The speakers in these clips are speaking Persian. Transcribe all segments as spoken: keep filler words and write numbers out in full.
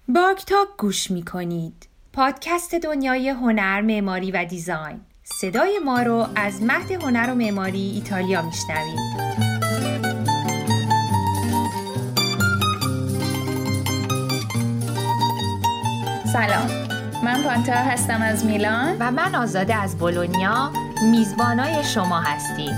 باگ تاک گوش می کنید. پادکست دنیای هنر، معماری و دیزاین. صدای ما رو از مهد هنر و معماری ایتالیا می شنوید. سلام، من پانتا هستم از میلان و من آزاده از بولونیا. میزبانای شما هستیم.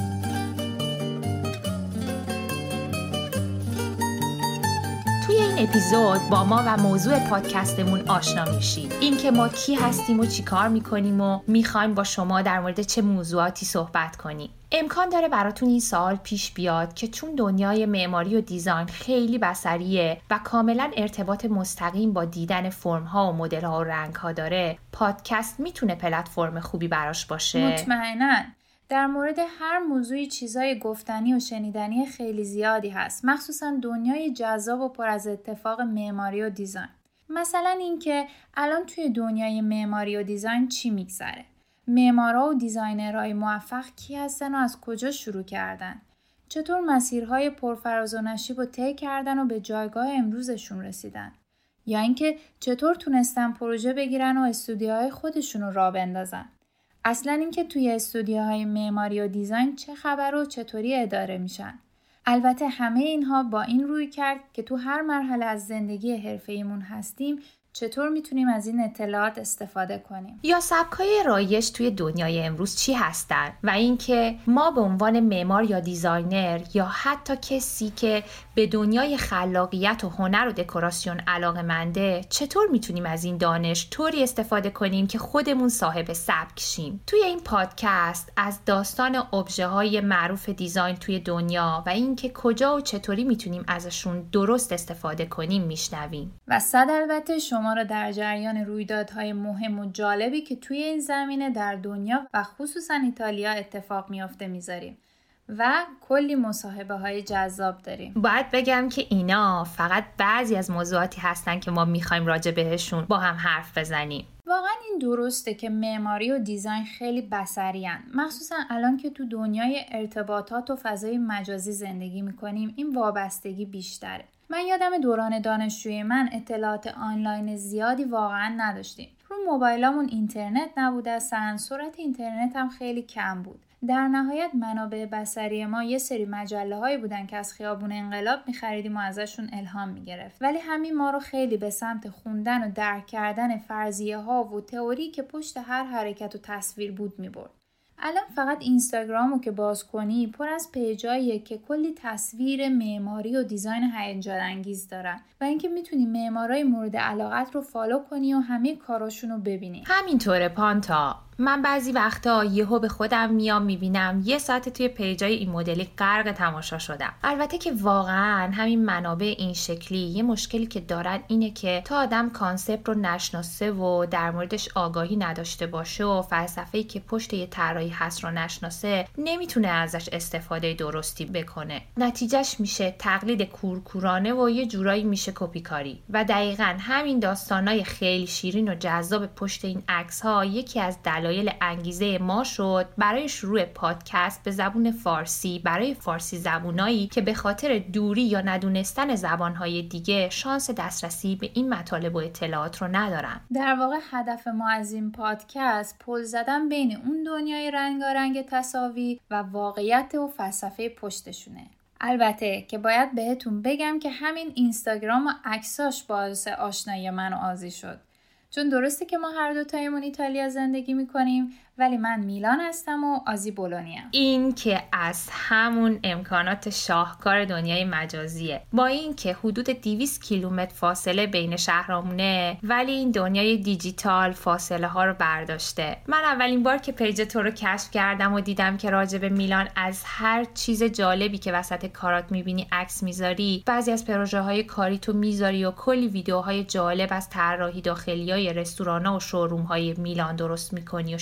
توی این اپیزود با ما و موضوع پادکستمون آشنا میشید. این که ما کی هستیم و چی کار میکنیم و میخوایم با شما در مورد چه موضوعاتی صحبت کنیم. امکان داره براتون این سوال پیش بیاد که چون دنیای معماری و دیزاین خیلی بصریه و کاملا ارتباط مستقیم با دیدن فرم‌ها و مدل‌ها و رنگ‌ها داره، پادکست میتونه پلتفرم خوبی براش باشه؟ مطمئناً. در مورد هر موضوعی چیزای گفتنی و شنیدنی خیلی زیادی هست، مخصوصاً دنیای جذاب و پر از اتفاق معماری و دیزاین. مثلا اینکه الان توی دنیای معماری و دیزاین چی میگذره؟ معمارا و دیزاینرهای موفق کی هستن و از کجا شروع کردن؟ چطور مسیرهای پرفراز و نشیب رو طی کردن و به جایگاه امروزشون رسیدن؟ یا اینکه چطور تونستن پروژه بگیرن و استودیوهای خودشون رو راه بندازن؟ اصلا اینکه توی استودیوهای معماری و دیزاین چه خبر و چطوری اداره میشن؟ البته همه اینها با این روی کرد که تو هر مرحله از زندگی حرفه‌ایمون هستیم چطور میتونیم از این اطلاعات استفاده کنیم. یا سبکای رایج توی دنیای امروز چی هستن و اینکه ما به عنوان معمار یا دیزاینر یا حتی کسی که به دنیای خلاقیت و هنر و دکوراسیون علاقه‌منده چطور میتونیم از این دانش طوری استفاده کنیم که خودمون صاحب سبک شیم. توی این پادکست از داستان ابژه‌های معروف دیزاین توی دنیا و اینکه کجا و چطوری میتونیم ازشون درست استفاده کنیم میشنویم. و صد البته شما ما را در جریان رویدادهای مهم و جالبی که توی این زمینه در دنیا و خصوصا ایتالیا اتفاق میافته میذاریم و کلی مصاحبه های جذاب داریم. باید بگم که اینا فقط بعضی از موضوعاتی هستن که ما میخوایم راجع بهشون با هم حرف بزنیم. واقعا این درسته که معماری و دیزاین خیلی بصری‌ان، مخصوصا الان که تو دنیای ارتباطات و فضای مجازی زندگی میکنیم این وابستگی بیشتره. من یادم دوران دانشجویی من اطلاعات آنلاین زیادی واقعا نداشتیم. رو موبایلامون اینترنت نبوده، اصلا سرعت اینترنت هم خیلی کم بود. در نهایت منابع بصری ما یه سری مجله هایی بودن که از خیابون انقلاب می‌خریدیم و ازشون الهام می‌گرفت. ولی همین ما رو خیلی به سمت خوندن و درک کردن فرضیه ها و تئوری که پشت هر حرکت و تصویر بود می‌برد. الان فقط اینستاگرامو که باز کنی پر از پیجاییه که کلی تصویر معماری و دیزاین هیجان انگیز دارن و اینکه میتونی معمارای مورد علاقت رو فالو کنی و همه کاراشون رو ببینی. همینطوره پانتا. من بعضی وقتا یهو به خودم میام میبینم یه ساعت توی پیجای این مدلی غرق تماشا شدم. البته که واقعا همین منابع این شکلی یه مشکلی که دارن اینه که تا آدم کانسپت رو نشناسه و در موردش آگاهی نداشته باشه و فلسفه‌ای که پشت یه طراحی هست رو نشناسه نمیتونه ازش استفاده درستی بکنه. نتیجهش میشه تقلید کورکورانه و یه جورایی میشه کپی کاری. و دقیقاً همین داستانای خیلی شیرین و جذاب پشت این عکس‌ها یکی از دلایل انگیزه ما شد برای شروع پادکست به زبون فارسی برای فارسی زبونایی که به خاطر دوری یا ندونستن زبانهای دیگه شانس دسترسی به این مطالب و اطلاعات رو ندارن. در واقع هدف ما از این پادکست پل زدن بین اون دنیای رنگارنگ تصاوی و واقعیت و فلسفه پشتشونه. البته که باید بهتون بگم که همین اینستاگرام و عکساش باعث آشنایی من و آزی شد. چون درسته که ما هر دو تایمون ایتالیا زندگی میکنیم ولی من میلان هستم و آزی بولونیا. این که از همون امکانات شاهکار دنیای مجازیه. با این که حدود دویست کیلومتر فاصله بین شهرامونه ولی این دنیای دیجیتال فاصله ها رو برداشته. من اولین بار که پیج تو رو کشف کردم و دیدم که راجع به میلان از هر چیز جالبی که وسط کارات میبینی عکس میذاری، بعضی از پروژه های کاری تو میذاری و کلی ویدیوهای جالب از طراحی داخلیای رستورانا و شوروم های میلان درست میکنی و شیر میکنی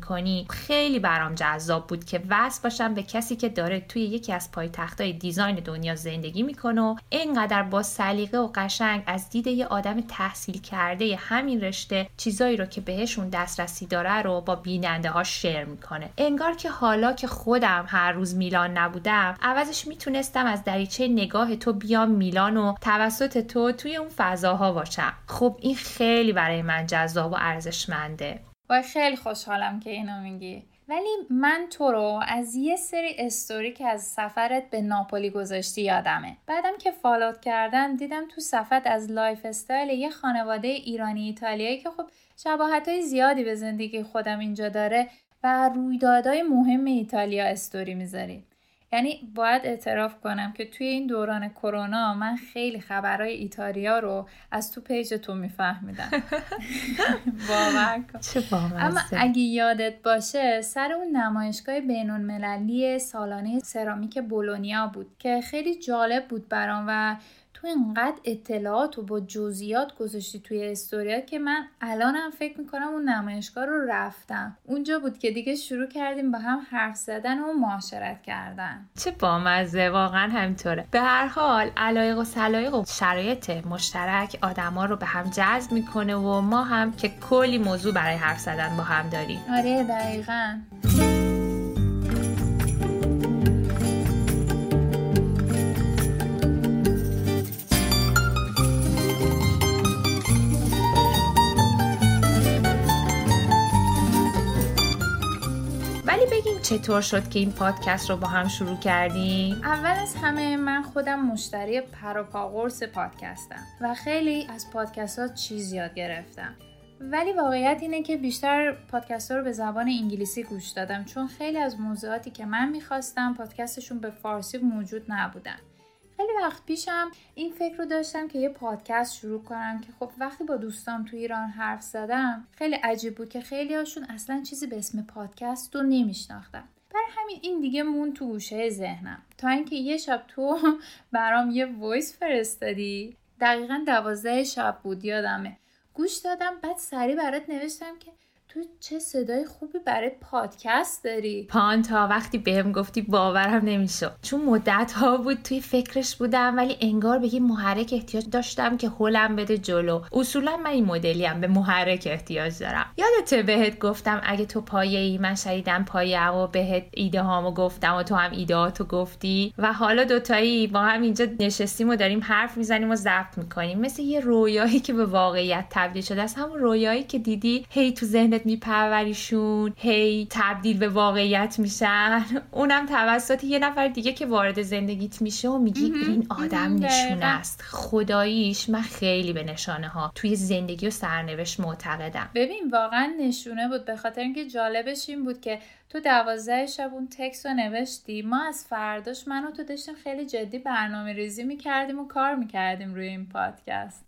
میکنی خیلی برام جذاب بود که وصل باشم به کسی که داره توی یکی از پایتخت‌های دیزاین دنیا زندگی میکنه و اینقدر با سلیقه و قشنگ از دید یه آدم تحصیل کرده همین رشته چیزایی رو که بهشون دسترسی داره رو با بیننده ها شیر میکنه. انگار که حالا که خودم هر روز میلان نبودم، عوضش میتونستم از دریچه نگاه تو بیام میلان و توسط تو توی اون فضاها باشم. خب این خیلی برای من جذاب و ارزشمنده. وای خیلی خوشحالم که اینو میگی. ولی من تو رو از یه سری استوری که از سفرت به ناپولی گذاشتی یادمه. بعدم که فالوت کردم دیدم تو صفحت از لایف استایل یه خانواده ایرانی ایتالیایی که خب شباهت‌های زیادی به زندگی خودم اینجا داره و رویدادهای مهم ایتالیا استوری میذاری. یعنی باید اعتراف کنم که توی این دوران کرونا من خیلی خبرهای ایتالیا رو از تو پیج تو میفهمیدم. باور کن. چه بامزه. اما اگه یادت باشه سر اون نمایشگاه بین‌المللی سالانه سرامیک بولونیا بود که خیلی جالب بود برام و تو اینقدر اطلاعات و با جزئیات گذاشتی توی استوریات که من الانم فکر میکنم اون نمایشگاه رو رفتم. اونجا بود که دیگه شروع کردیم با هم حرف زدن و معاشرت کردن. چه بامزه، واقعا همینطوره. به هر حال علایق و سلایق و شرایط مشترک آدما رو به هم جذب میکنه و ما هم که کلی موضوع برای حرف زدن با هم داریم. آره دقیقاً. بگیم چطور شد که این پادکست رو با هم شروع کردیم؟ اول از همه من خودم مشتری پر و پا قرص پادکستم و خیلی از پادکست ها چیز یاد گرفتم. ولی واقعیت اینه که بیشتر پادکست ها رو به زبان انگلیسی گوش دادم چون خیلی از موضوعاتی که من میخواستم پادکستشون به فارسی موجود نبودن. خیلی وقت پیشم این فکر رو داشتم که یه پادکست شروع کنم که خب وقتی با دوستام تو ایران حرف زدم خیلی عجیب بود که خیلی هاشون اصلا چیزی به اسم پادکست رو نمیشناختن. برای همین این دیگه مون تو گوشه ذهنم تا اینکه یه شب تو برام یه وایس فرستادی. دقیقاً دوازده شب بود یادمه. گوش دادم بعد سریع برات نوشتم که تو چه صدای خوبی برای پادکست داری. پانتا وقتی بهم گفتی باورم نمیشد چون مدت ها بود توی فکرش بودم ولی انگار به یه محرک احتیاج داشتم که هولم بده جلو. اصولا من این مدلیم، به محرک احتیاج دارم. یادته بهت گفتم اگه تو پایه‌ای من شدیدم پایه‌ام و بهت ایده هامو گفتم و تو هم ایده هاتو گفتی و حالا دوتایی با هم اینجا نشستیم و داریم حرف میزنیم و ضبط میکنیم مثل یه رویایی که به واقعیت تبدیل شده است. همون رویایی که دیدی هی تو ذهنت میپروریشون هی تبدیل به واقعیت میشن، اونم توسط یه نفر دیگه که وارد زندگیت میشه و میگی این آدم نشونه است. خداییش من خیلی به نشانه ها توی زندگی و سرنوشت معتقدم. ببین واقعا نشونه بود، به خاطر اینکه جالبش این بود که تو دوازده شب اون تکست رو نوشتی، ما از فرداش من و تو داشتیم خیلی جدی برنامه ریزی میکردیم و کار میکردیم روی این پادکست.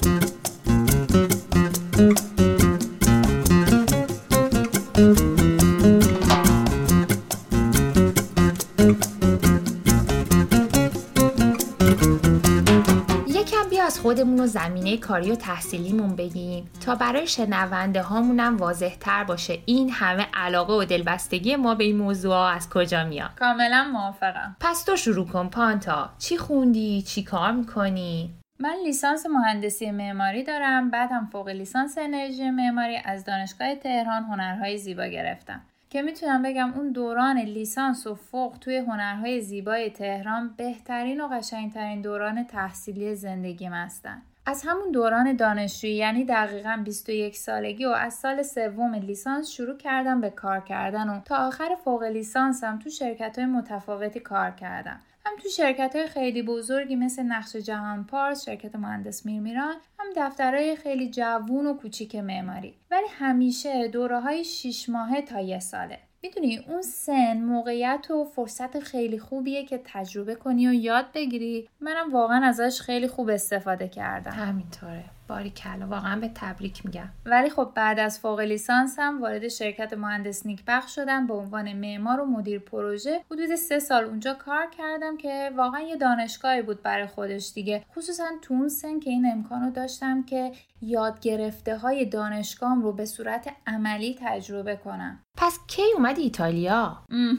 از خودمون و زمینه کاری و تحصیلیمون بگیم تا برای شنونده هامونم واضح تر باشه این همه علاقه و دلبستگی ما به این موضوع از کجا میاد. کاملا موافقم. پس تو شروع کن پانتا. چی خوندی؟ چی کار میکنی؟ من لیسانس مهندسی معماری دارم، بعدم فوق لیسانس انرژی معماری از دانشگاه تهران هنرهای زیبا گرفتم که میتونم بگم اون دوران لیسانس و فوق توی هنرهای زیبای تهران بهترین و قشنگترین دوران تحصیلی زندگیم هستن. از همون دوران دانشجویی یعنی دقیقاً بیست و یک سالگی و از سال سوم لیسانس شروع کردم به کار کردن و تا آخر فوق لیسانسم تو شرکت‌های متفاوتی کار کردم. هم تو شرکت‌های خیلی بزرگی مثل نقش جهان پارس، شرکت مهندس میرمیران، هم دفترهای خیلی جوون و کوچیک معماری. ولی همیشه دوره‌های شش ماهه تا یه ساله. میدونی اون سن موقعیت و فرصت خیلی خوبیه که تجربه کنی و یاد بگیری. منم واقعا ازش خیلی خوب استفاده کردم. همینطوره. باریکلا، واقعا به تبریک میگم. ولی خب بعد از فوق لیسانس هم وارد شرکت مهندس نیکبخت شدم به عنوان معمار و مدیر پروژه. حدود سه سال اونجا کار کردم که واقعا یه دانشگاهی بود برای خودش دیگه، خصوصا تو اون سن که این امکانو داشتم که یاد گرفته های دانشگاهم رو به صورت عملی تجربه کنم. پس کی اومدی ایتالیا؟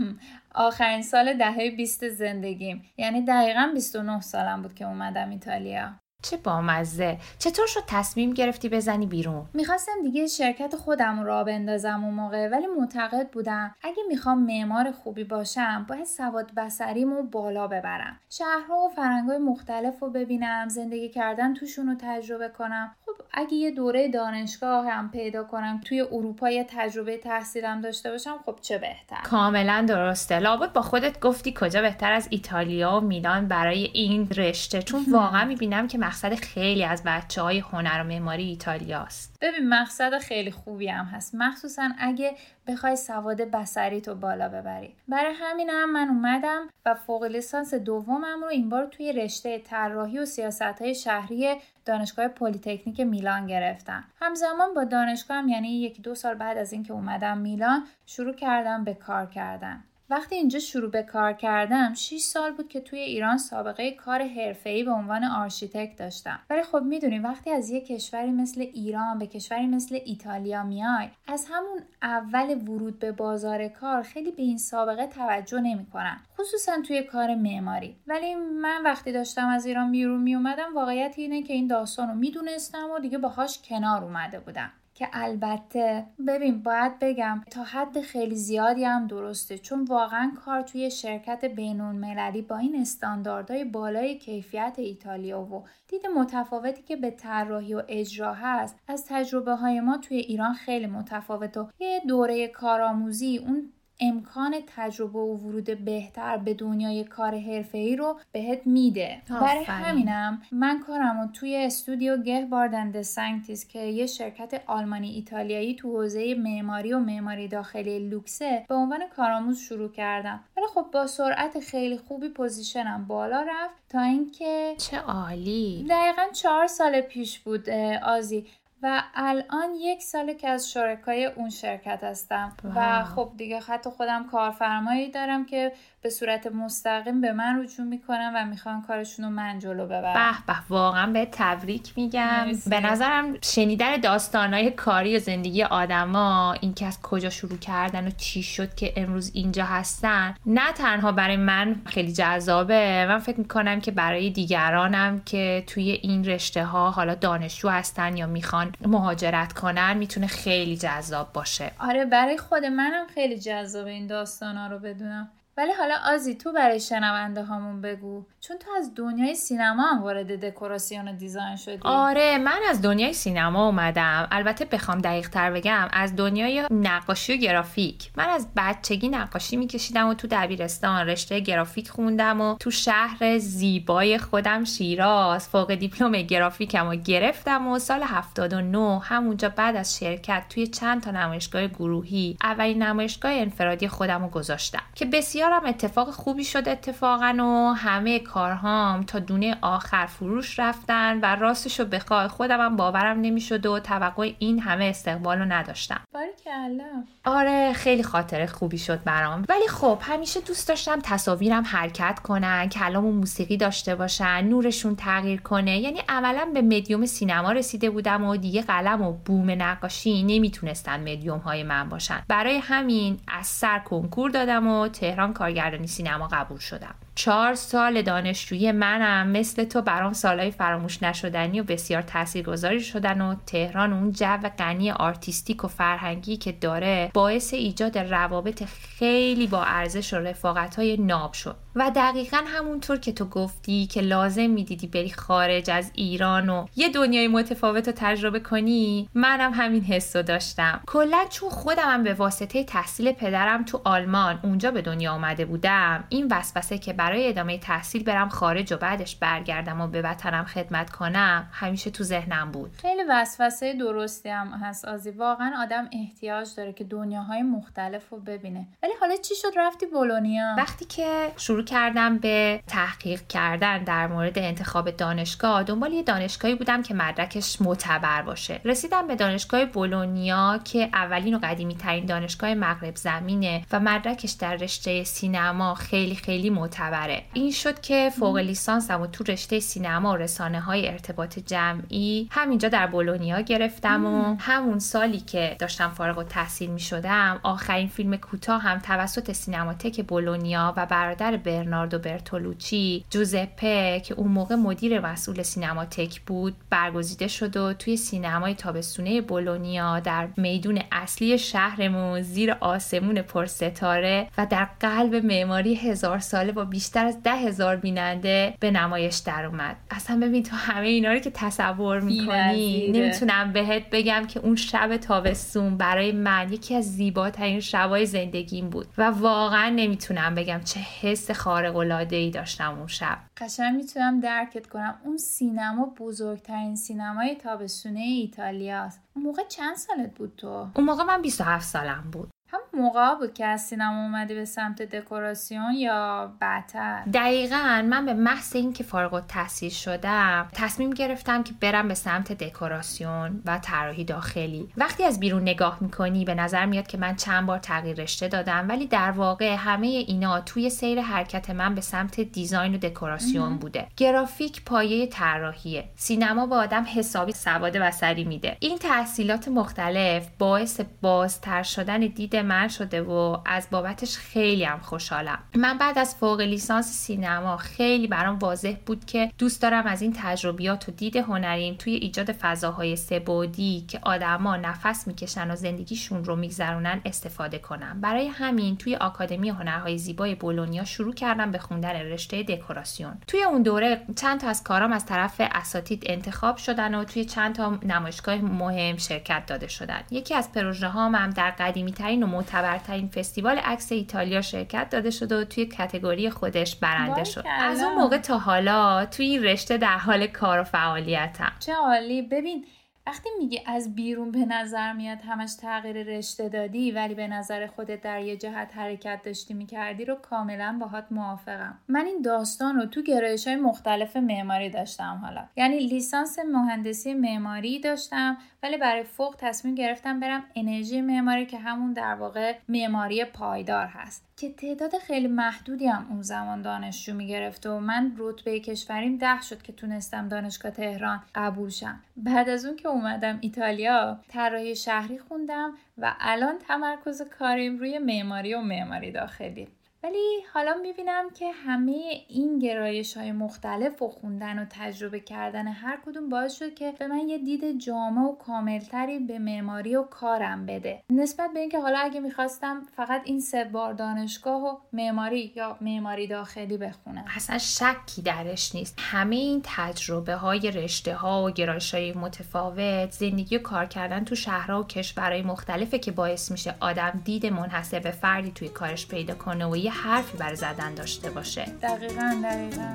آخرین سال دهه بیست زندگیم، یعنی دقیقاً بیست و نه سالم بود که اومدم ایتالیا. چه بامزه. چطور شد تصمیم گرفتی بزنی بیرون؟ میخواستم دیگه شرکت خودم رو راه بندازم اون موقع، ولی معتقد بودم اگه میخوام معمار خوبی باشم باید سواد بصریمو بالا ببرم، شهرها و فرهنگ‌های مختلف رو ببینم، زندگی کردن توشون رو تجربه کنم. خب اگه یه دوره دانشگاه هم پیدا کنم توی اروپا یه تجربه تحصیلم داشته باشم، خب چه بهتر. کاملا درسته. لابد با خودت گفتی کجا بهتر از ایتالیا و میلان برای این رشته، چون واقعا میبینم که مقصد خیلی از بچه‌های هنر و معماری ایتالیاست. ببین مقصد خیلی خوبی هم هست، مخصوصا اگه بخوای سواد بصری تو بالا ببری. برای همینم من اومدم و فوق لیسانس دومم رو این بار توی رشته طراحی و سیاست‌های شهری دانشگاه پلی‌تکنیک میلان گرفتم. همزمان با دانشگاهم، یعنی یک دو سال بعد از اینکه اومدم میلان، شروع کردم به کار کردن. وقتی اینجا شروع به کار کردم شش سال بود که توی ایران سابقه کار حرفه‌ای به عنوان آرشیتکت داشتم. ولی خب میدونیم وقتی از یک کشوری مثل ایران به کشوری مثل ایتالیا میای، از همون اول ورود به بازار کار خیلی به این سابقه توجه نمی‌کنن، خصوصا توی کار معماری. ولی من وقتی داشتم از ایران بیرون میومدم، واقعیت اینه که این داستانو میدونستم و دیگه باهاش کنار اومده بودم. که البته ببین باید بگم تا حد خیلی زیادی هم درسته، چون واقعا کار توی شرکت بین‌المللی با این استانداردهای بالای کیفیت ایتالیا و دید متفاوتی که به طراحی و اجرا هست از تجربه های ما توی ایران خیلی متفاوت و یه دوره کارآموزی اون امکان تجربه و ورود بهتر به دنیای کار حرفه‌ای رو بهت میده. برای همینم من کارمو توی استودیو گهواردن ساینتیست که یه شرکت آلمانی ایتالیایی تو حوزه معماری و معماری داخلی لوکسه به عنوان کارآموز شروع کردم. ولی خب با سرعت خیلی خوبی پوزیشنم بالا رفت تا اینکه چه عالی. دقیقاً چهار سال پیش بود آزی و الان یک ساله که از شرکای اون شرکت هستم و خب دیگه حتی خودم کارفرمایی دارم که به صورت مستقیم به من رجوع میکنن و میخوان کارشون رو من جلو ببرم. به به، واقعا به تبریک میگم. مرسی. به نظرم شنیدن داستانهای کاری و زندگی آدما، این که از کجا شروع کردن و چی شد که امروز اینجا هستن، نه تنها برای من خیلی جذابه، من فکر میکنم که برای دیگرانم که توی این رشته ها حالا دانشجو هستن یا میخوان مهاجرت کنن میتونه خیلی جذاب باشه. آره برای خود منم خیلی جذابه این داستانا رو بدونم. ولی حالا آزی تو برای شنونده هامون بگو، چون تو از دنیای سینما هم وارد دکوراسیون و دیزاین شدی. آره من از دنیای سینما اومدم. البته بخوام دقیق تر بگم از دنیای نقاشی و گرافیک. من از بچگی نقاشی میکشیدم و تو دبیرستان رشته گرافیک خوندم و تو شهر زیبای خودم شیراز فوق دیپلم گرافیکم رو گرفتم و سال هفتاد و نه همونجا بعد از شرکت توی چند تا نمایشگاه گروهی اولین نمایشگاه انفرادی خودم رو گذاشتم که بسیار هم اتفاق خوبی شد اتفاقا و همه کارهام تا دونه آخر فروش رفتن و راستشو بخوای خودم هم باورم نمیشد و توقع این همه استقبالو نداشتم. باریکلا. آره خیلی خاطره خوبی شد برام. ولی خب همیشه دوست داشتم تصاویرم حرکت کنن، کلام و موسیقی داشته باشن، نورشون تغییر کنه. یعنی عملا به مدیوم سینما رسیده بودم و دیگه قلم و بوم نقاشی نمیتونستن مدیوم های من باشن. برای همین از سر کنکور دادم و تهران کارگردانی سینما قبول شدم. چهار سال دانشجویی منم مثل تو برام سالهای فراموش نشدنی و بسیار تاثیرگذاری شدن و تهران اون جو غنی آرتیستیک و فرهنگی که داره باعث ایجاد روابط خیلی با ارزش و رفاقت‌های ناب شد. و دقیقاً همونطور که تو گفتی که لازم میدیدی بری خارج از ایران و یه دنیای متفاوت رو تجربه کنی، منم همین حس رو داشتم. کلاً چون خودمم به واسطه تحصیل پدرم تو آلمان اونجا به دنیا آمده بودم، این وسوسه که برای ادامه تحصیل برم خارج و بعدش برگردم و به وطنم خدمت کنم همیشه تو ذهنم بود. خیلی وسوسه درستی هم هست آزی. واقعا آدم احتیاج داره که دنیاهای مختلف رو ببینه. ولی حالا چی شد رفتی بولونیا؟ وقتی که شروع شروع کردم به تحقیق کردن در مورد انتخاب دانشگاه. دنبال یه دانشگاهی بودم که مدرکش معتبر باشه. رسیدم به دانشگاه بولونیا که اولین و قدیمی ترین دانشگاه مغرب زمینه و مدرکش در رشته سینما خیلی خیلی معتبره. این شد که فوق لیسانسمو تو رشته سینما و رسانه‌های ارتباط جمعی همینجا در بولونیا گرفتم و همون سالی که داشتم فارغ التحصیل می‌شدم آخرین فیلم کوتاه هم توسط سینماتک بولونیا و برادر برناردو برتولوچی، جوزپه که اون موقع مدیر مسئول سینماتک بود، برگزیده شد و توی سینمای تابستونه بولونیا در میدون اصلی شهرمون زیر آسمون پرستاره و در قلب معماری هزار ساله با بیشتر از ده هزار بیننده به نمایش در اومد. اصلا ببین تو همه اینا رو که تصور میکنی نمیتونم بهت بگم که اون شب تابستون برای من یکی از زیباترین شبای زندگیم بود و واقعا نمیتونم بگم چه حس خارق العاده‌ای داشتم اون شب. قشنگ میتونم درکت کنم. اون سینما بزرگترین سینمای تابستونه ایتالیاست. اون موقع چند سالت بود تو؟ اون موقع من بیست و هفت سالم بود. هم موقع بود که از سینما اومدی به سمت دکوراسیون یا بعدتر؟ دقیقاً من به محض این که فارغ التحصیل شدم تصمیم گرفتم که برم به سمت دکوراسیون و طراحی داخلی. وقتی از بیرون نگاه میکنی به نظر میاد که من چند بار تغییر رشته دادم، ولی در واقع همه اینا توی سیر حرکت من به سمت دیزاین و دکوراسیون بوده. گرافیک پایه طراحیه. سینما به آدم حسابی سواد بصری میده. این تحصیلات مختلف باعث بازتر شدن دید من شده و از بابتش خیلی هم خوشحالم. من بعد از فوق لیسانس سینما خیلی برام واضح بود که دوست دارم از این تجربیات و دید هنریم توی ایجاد فضاهای سه‌بعدی که آدما نفس میکشن و زندگیشون رو میگذرونن استفاده کنم. برای همین توی آکادمی هنرهای زیبای بولونیا شروع کردم به خوندن رشته دکوراسیون. توی اون دوره چند تا از کارام از طرف اساتید انتخاب شدن و توی چند تا نمایشگاه مهم شرکت داده شدن. یکی از پروژه‌هام هم در قدیمی‌ترین و معتبرترین فستیوال عکس ایتالیا شرکت داده شد و توی کاتگوری خودش برنده شد. از اون موقع تا حالا توی این رشته در حال کار و فعالیتم. چه عالی. ببین وقتی میگی از بیرون به نظر میاد همش تغییر رشته دادی ولی به نظر خودت در یه جهت حرکت داشتی میکردی رو کاملا باهات موافقم. من این داستان رو تو گرایش‌های مختلف معماری داشتم. حالا یعنی لیسانس مهندسی معماری داشتم ولی برای فوق تصمیم گرفتم برم انرژی معماری که همون در واقع معماری پایدار هست که تعداد خیلی محدودی هم اون زمان دانشجو میگرفت و من رتبه کشوریم ده شد که تونستم دانشگاه تهران قبول شم. بعد از اون که اومدم ایتالیا طراحی شهری خوندم و الان تمرکز کاریم روی معماری و معماری داخلی. ولی حالا میبینم که همه این گرایش‌های مختلف و خوندن و تجربه کردن هر کدوم باعث شد که به من یه دید جامع و کاملتری به معماری و کارم بده. نسبت به اینکه حالا اگه میخواستم فقط این سه بار دانشگاه و معماری یا معماری داخلی بخونم اصلا شکی درش نیست. همه این تجربه های رشته ها و گرایش های متفاوت، زندگی و کار کردن تو شهرها و کشورهای مختلفه که باعث میشه آدم دید منحصر به فردی توی کارش پیدا کنه و یه حرفی برای زدن داشته باشه. دقیقاً دقیقاً.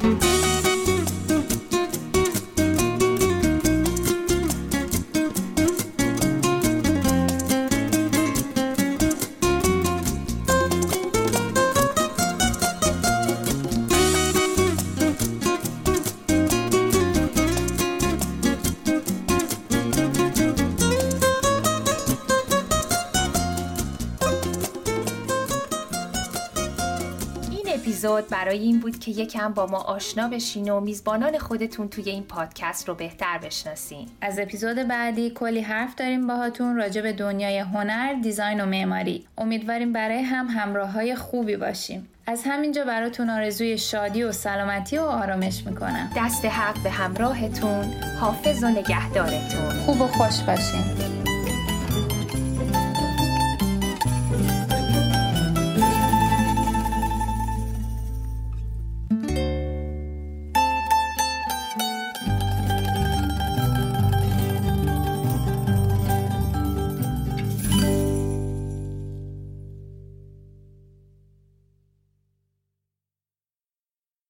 اپیزود برای این بود که یکم با ما آشنا بشین و میزبانان خودتون توی این پادکست رو بهتر بشناسین. از اپیزود بعدی کلی حرف داریم باهاتون راجع به دنیای هنر، دیزاین و معماری. امیدواریم برای هم همراه‌های خوبی باشیم. از همینجا براتون آرزوی شادی و سلامتی و آرامش میکنم. دست حق به همراهتون، حافظ و نگهدارتون. خوب و خوش باشین.